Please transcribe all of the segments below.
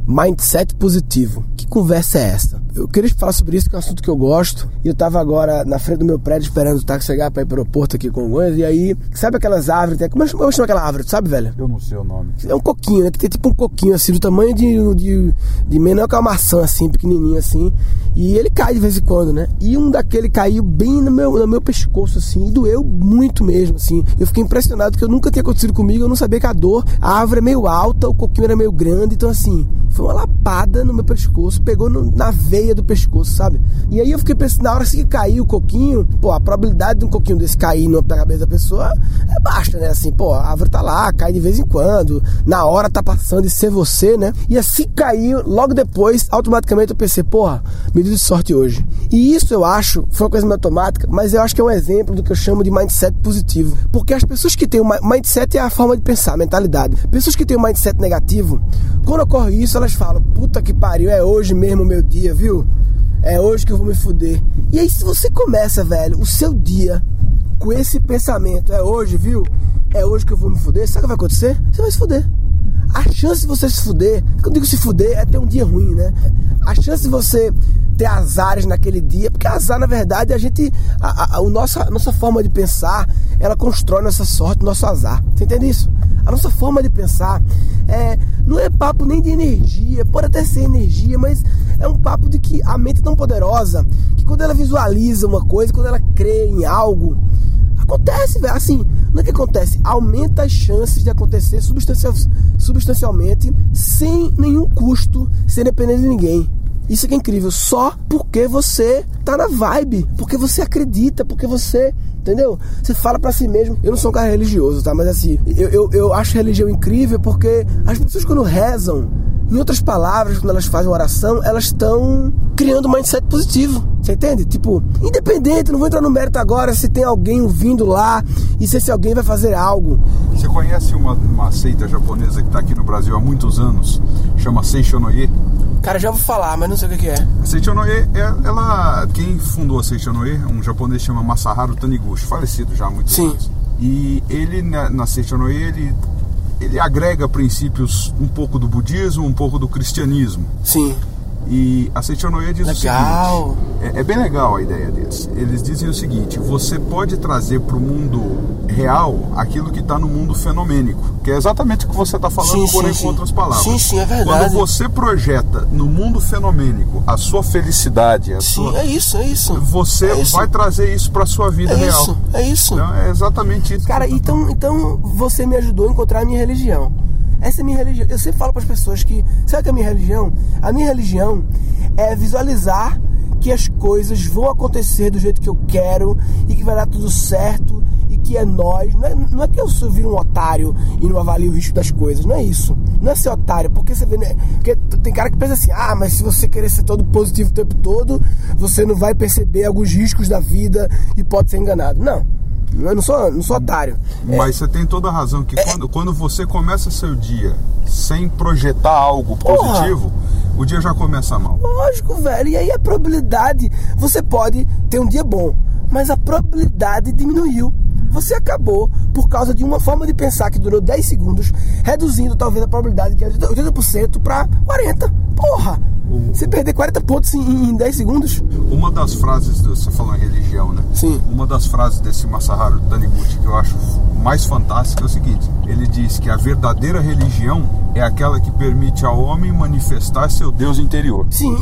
Mindset positivo. Que conversa é essa? Eu queria falar sobre isso, que é um assunto que eu gosto. E eu tava agora na frente do meu prédio esperando o táxi chegar pra ir pro aeroporto aqui com o Congonhas. E aí, sabe aquelas árvores? Como eu chamo aquela árvore, tu sabe, velho? Eu não sei o nome. É um coquinho, né? Que tem tipo um coquinho assim, do tamanho de menor que uma maçã, assim, pequenininho assim. E ele cai de vez em quando, né? E um daquele caiu bem no meu pescoço, assim. E doeu muito mesmo, assim. Eu fiquei impressionado, porque nunca tinha acontecido comigo. Eu não sabia que a árvore é meio alta, o coquinho era meio grande. Então, assim, foi uma lapada no meu pescoço, pegou na veia do pescoço, sabe? E aí eu fiquei pensando, na hora que caiu o coquinho, pô, a probabilidade de um coquinho desse cair na cabeça da pessoa é baixa, né? Assim, pô, a árvore tá lá, cai de vez em quando, na hora tá passando e ser você, né? E assim caiu, logo depois, automaticamente eu pensei, porra, me deu de sorte hoje. E isso eu acho, foi uma coisa meio automática, mas eu acho que é um exemplo do que eu chamo de mindset positivo. Porque as pessoas que têm mindset é a forma de pensar, a mentalidade. Pessoas que têm um mindset negativo, quando ocorre isso, elas falam, puta que pariu, é hoje mesmo o meu dia, viu? É hoje que eu vou me fuder. E aí se você começa, velho, o seu dia com esse pensamento, é hoje, viu? É hoje que eu vou me fuder, sabe o que vai acontecer? Você vai se fuder. A chance de você se fuder, quando eu digo se fuder, é ter um dia ruim, né? A chance de você ter azares naquele dia, porque azar, na verdade, a nossa forma de pensar, ela constrói nossa sorte, nosso azar. Você entende isso? A nossa forma de pensar não é papo nem de energia, pode até ser energia, mas é um papo de que a mente é tão poderosa que quando ela visualiza uma coisa, quando ela crê em algo, acontece, velho. Assim, não é que acontece, aumenta as chances de acontecer substancialmente, sem nenhum custo, sem depender de ninguém. Isso que é incrível, só porque você tá na vibe, porque você acredita, porque você, entendeu? Você fala pra si mesmo. Eu não sou um cara religioso, tá? Mas assim, eu acho religião incrível porque as pessoas quando rezam, em outras palavras, quando elas fazem uma oração, elas estão criando um mindset positivo. Você entende? Tipo, independente, não vou entrar no mérito agora se tem alguém vindo lá e se esse alguém vai fazer algo. Você conhece uma seita japonesa que está aqui no Brasil há muitos anos? Chama Seishonoye. Cara, já vou falar, mas não sei o que é. A Seishonoye, quem fundou a Seishonoye, um japonês chama Masaharu Taniguchi, falecido já há muitos anos. E ele, na Seishonoye, ele agrega princípios um pouco do budismo, um pouco do cristianismo. Sim. E a Seishonoye diz legal. O seguinte, é bem legal a ideia deles. Eles dizem o seguinte, você pode trazer para o mundo real aquilo que está no mundo fenomênico, que é exatamente o que você está falando, porém com outras palavras. Sim, é verdade. Quando você projeta no mundo fenomênico a sua felicidade, é isso. Você vai trazer isso para a sua vida real. É isso. Então, é exatamente isso. Cara, então você me ajudou a encontrar a minha religião. Essa é a minha religião. Eu sempre falo para as pessoas que, sabe o que é a minha religião? A minha religião é visualizar que as coisas vão acontecer do jeito que eu quero e que vai dar tudo certo e que é nós. Não é que eu viro um otário e não avalio o risco das coisas. Não é isso. Não é ser otário. Porque você vê, né? Porque tem cara que pensa assim, mas se você querer ser todo positivo o tempo todo, você não vai perceber alguns riscos da vida e pode ser enganado. Não. Eu não sou otário. Mas você tem toda a razão que quando você começa seu dia sem projetar algo positivo, o dia já começa mal. Lógico, velho. E aí a probabilidade, você pode ter um dia bom, mas a probabilidade diminuiu. Você acabou por causa de uma forma de pensar que durou 10 segundos, reduzindo talvez a probabilidade que era de 80% para 40%. Porra! Você perder 40 pontos em 10 segundos? Uma das frases, você falou em religião, né? Sim. Uma das frases desse Masaharu Taniguchi que eu acho mais fantástica é o seguinte: ele diz que a verdadeira religião é aquela que permite ao homem manifestar seu Deus interior. Sim,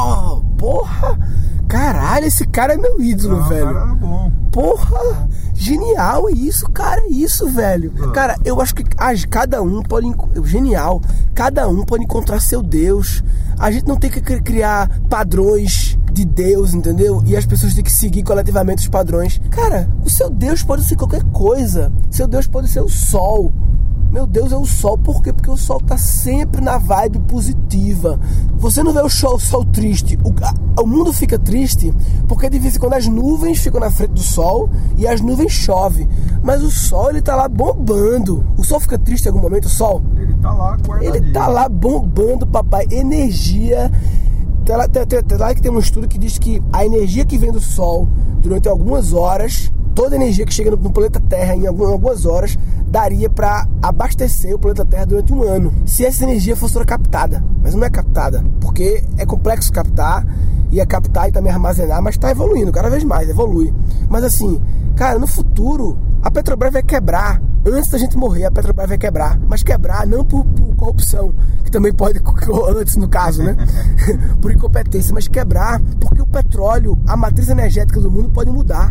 porra! Caralho, esse cara é meu ídolo, velho. Cara, era bom. Porra! Genial isso, cara, isso, velho. Cara, eu acho que cada um pode... Genial. Cada um pode encontrar seu Deus. A gente não tem que criar padrões de Deus, entendeu? E as pessoas têm que seguir coletivamente os padrões. Cara, o seu Deus pode ser qualquer coisa. Seu Deus pode ser o sol. Meu Deus, é o sol. Por quê? Porque o sol tá sempre na vibe positiva. Você não vê o sol triste. O mundo fica triste porque de vez em quando as nuvens ficam na frente do sol e as nuvens chovem. Mas o sol, ele tá lá bombando. O sol fica triste em algum momento, o sol? Ele tá lá guardadinho. Ele tá lá bombando, papai. Energia. Lá que tem um estudo que diz que a energia que vem do sol durante algumas horas, toda a energia que chega no planeta Terra em algumas horas, daria para abastecer o planeta Terra durante um ano, se essa energia fosse captada. Mas não é captada, porque é complexo captar, e captar e também armazenar, mas está evoluindo, cada vez mais, evolui. Mas assim, cara, no futuro, a Petrobras vai quebrar. Antes da gente morrer, a Petrobras vai quebrar. Mas quebrar não por corrupção, que também pode, antes no caso, né? Por incompetência, mas quebrar porque o petróleo, a matriz energética do mundo pode mudar.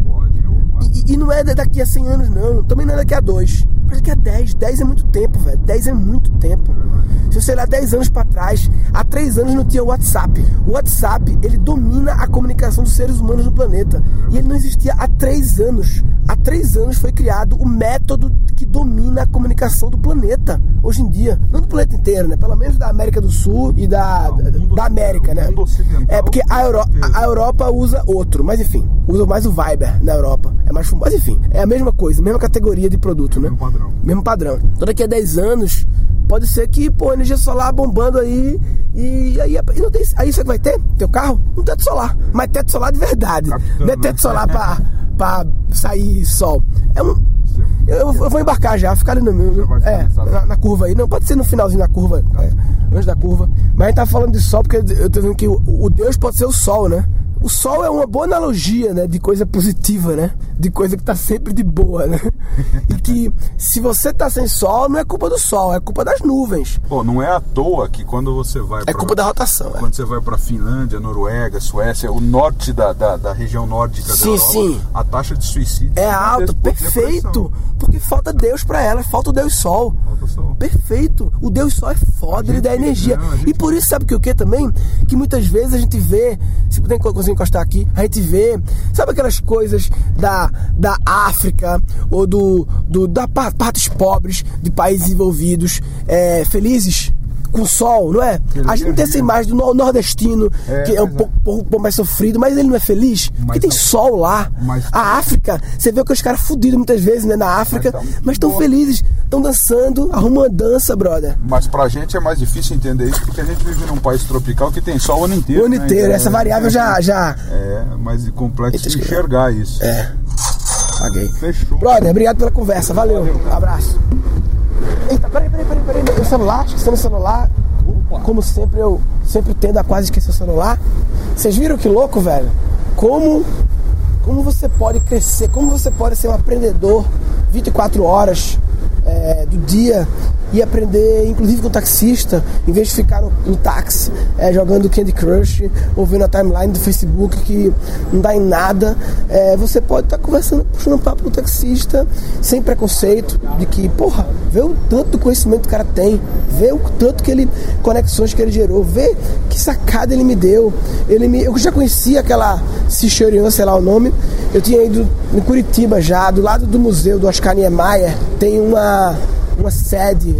E não é daqui a 100 anos, não. Também não é daqui a 2. Mas daqui a 10. 10 é muito tempo, velho. 10 é muito tempo. Se você olhar 10 anos pra trás, há 3 anos não tinha o WhatsApp. O WhatsApp, ele domina a comunicação dos seres humanos no planeta. E ele não existia há 3 anos. Há 3 anos foi criado o método que domina a comunicação do planeta. Hoje em dia. Não do planeta inteiro, né? Pelo menos da América do Sul e da América, né? É porque a Europa usa outro. Mas enfim, usa mais o Viber na Europa. É mais fumoso. Mas enfim, é a mesma coisa. Mesma categoria de produto, né? Mesmo padrão. Então daqui a 10 anos pode ser que, energia solar bombando aí e não tem, aí você vai ter teu carro? Um teto solar, mas teto solar de verdade. Não é teto solar pra sair sol. Eu vou embarcar já, ficar ali na curva aí. Não, pode ser no finalzinho da curva, antes da curva. Mas a gente tá falando de sol porque eu tô dizendo que o Deus pode ser o sol, né? O sol é uma boa analogia, né, de coisa positiva, né? De coisa que tá sempre de boa, né? E que se você tá sem sol, não é culpa do sol, é culpa das nuvens. Pô, não é à toa que quando você vai É culpa da rotação, Quando você vai pra Finlândia, Noruega, Suécia, o norte da região nórdica da Europa, a taxa de suicídio é alta, perfeito. Porque falta Deus pra ela, falta o Deus Sol. Falta o sol. Perfeito. O Deus Sol é foda, ele dá energia. E por isso, sabe o que também? Que muitas vezes a gente vê, se puder conseguir encostar aqui, a gente vê, sabe aquelas coisas da África ou da partes pobres de países desenvolvidos, felizes com sol, não é? A gente não tem essa imagem do nordestino, que é um pouco mais sofrido, mas ele não é feliz, porque tem sol lá. A África, você vê que os caras fudidos muitas vezes, né, na África, mas estão felizes, estão dançando, arrumam a dança, brother. Mas pra gente é mais difícil entender isso, porque a gente vive num país tropical que tem sol o ano inteiro. O ano inteiro, essa variável já... É mais complexo de enxergar isso. Paguei. Fechou. Brother, obrigado pela conversa, valeu. Abraço. Eita, peraí. Meu celular, esquecendo o celular. Opa. Como sempre, eu sempre tendo a quase esquecer o celular. Vocês viram que louco, velho? Como você pode crescer, como você pode ser um aprendedor 24 horas do dia e aprender, inclusive com o taxista, em vez de ficar no táxi jogando Candy Crush ou vendo a timeline do Facebook que não dá em nada. Você pode estar conversando, puxando um papo com o taxista sem preconceito, de que, vê o tanto do conhecimento que o cara tem, vê o tanto conexões que ele gerou, vê que sacada ele me deu. Eu já conhecia aquela Cichorian, sei lá o nome. Eu tinha ido em Curitiba já, do lado do museu do Oscar Niemeyer, tem uma sede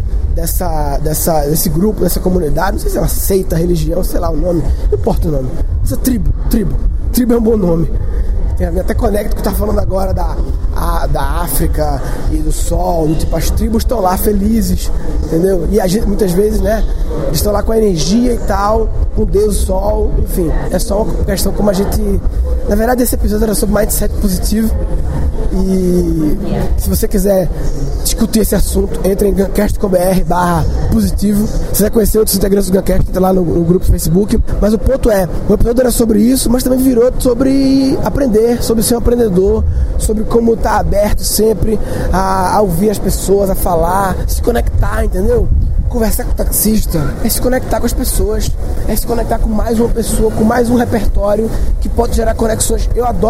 desse grupo, dessa comunidade, não sei se é uma seita, religião, sei lá o nome, não importa o nome, essa tribo é um bom nome. Me até conecto com o que tá falando agora da África e do sol, do tipo, as tribos estão lá felizes, entendeu? E a gente, muitas vezes, né, eles estão lá com a energia e tal, com Deus, o sol, enfim, é só uma questão como a gente... Na verdade, esse episódio era sobre mindset positivo, e se você quiser discutir esse assunto, entre em guncast.com.br/positivo. Se você vai conhecer outros integrantes do Guncast, entra lá no grupo do Facebook. Mas o ponto o episódio era sobre isso, mas também virou sobre aprender, sobre ser um aprendedor, sobre como estar aberto sempre a ouvir as pessoas, a falar, se conectar, entendeu? Conversar com o taxista é se conectar com as pessoas, é se conectar com mais uma pessoa, com mais um repertório que pode gerar conexões.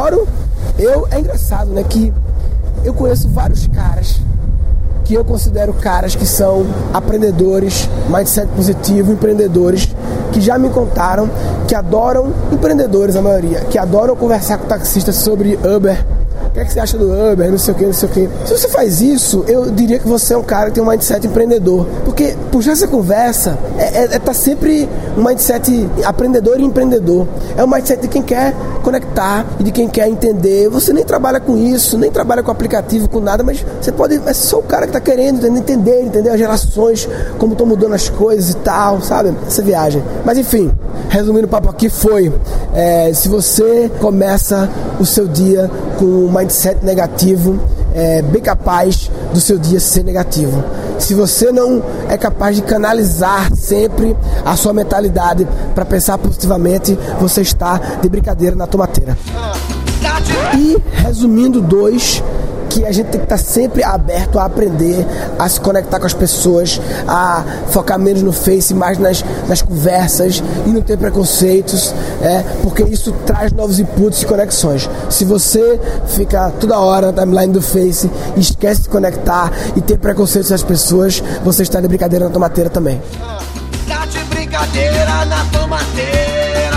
É engraçado, né, que eu conheço vários caras que eu considero caras que são aprendedores, mindset positivo, empreendedores, que já me contaram que adoram, empreendedores a maioria, que adoram conversar com taxistas sobre Uber. O que é que você acha do Uber, não sei o que. Se você faz isso, eu diria que você é um cara que tem um mindset empreendedor. Porque puxar essa conversa tá sempre um mindset aprendedor e empreendedor. É um mindset de quem quer conectar e de quem quer entender. Você nem trabalha com isso, nem trabalha com aplicativo, com nada, mas você pode... É só o cara que tá querendo entender as relações, como estão mudando as coisas e tal, sabe? Essa viagem. Mas enfim, resumindo o papo aqui foi... se você começa o seu dia com um mindset negativo, bem capaz do seu dia ser negativo. Se você não é capaz de canalizar sempre a sua mentalidade para pensar positivamente, você está de brincadeira na tomateira. E, resumindo, 2, que a gente tem que estar sempre aberto a aprender, a se conectar com as pessoas, a focar menos no Face, mais nas conversas e não ter preconceitos, porque isso traz novos inputs e conexões. Se você fica toda hora na timeline do Face e esquece de conectar e ter preconceitos das pessoas, você está de brincadeira na tomateira também. Tá de brincadeira na tomateira.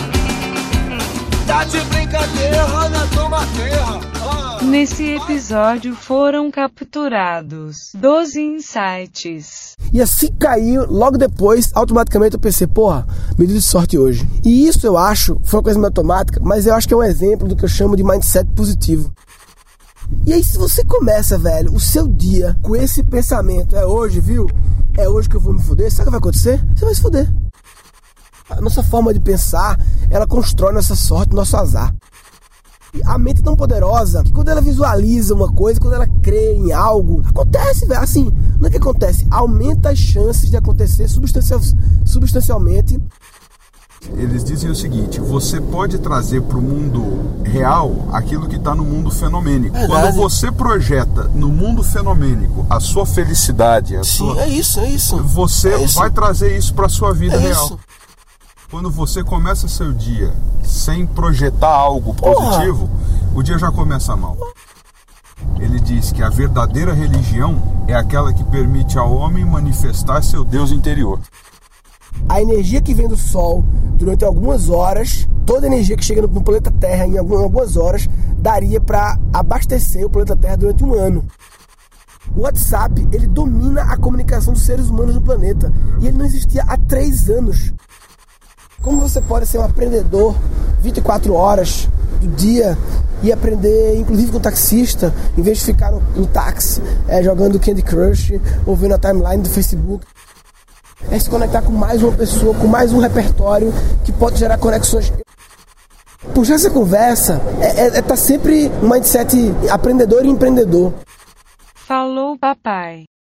Tá de brincadeira na tomateira. Nesse episódio foram capturados 12 insights. E assim caiu, logo depois, automaticamente eu pensei, porra, me deu sorte hoje. E isso eu acho, foi uma coisa meio automática, mas eu acho que é um exemplo do que eu chamo de mindset positivo. E aí se você começa, velho, o seu dia com esse pensamento, é hoje, viu? É hoje que eu vou me fuder, sabe o que vai acontecer? Você vai se fuder. A nossa forma de pensar, ela constrói nossa sorte, nosso azar. A mente é tão poderosa que quando ela visualiza uma coisa, quando ela crê em algo, acontece, velho. Assim, não é que acontece, aumenta as chances de acontecer substancialmente. Eles dizem o seguinte: você pode trazer para o mundo real aquilo que está no mundo fenomênico. Quando você projeta no mundo fenomênico a sua felicidade, é isso. Você vai trazer isso para a sua vida real. Isso. Quando você começa seu dia sem projetar algo positivo, o dia já começa mal. Ele diz que a verdadeira religião é aquela que permite ao homem manifestar seu Deus interior. A energia que vem do Sol durante algumas horas, toda a energia que chega no planeta Terra em algumas horas, daria para abastecer o planeta Terra durante um ano. O WhatsApp, ele domina a comunicação dos seres humanos no planeta. E ele não existia há 3 anos. Como você pode ser um aprendedor 24 horas do dia e aprender, inclusive com o taxista, em vez de ficar no táxi jogando Candy Crush ou vendo a timeline do Facebook? É se conectar com mais uma pessoa, com mais um repertório que pode gerar conexões. Puxar essa conversa tá sempre um mindset aprendedor e empreendedor. Falou, papai.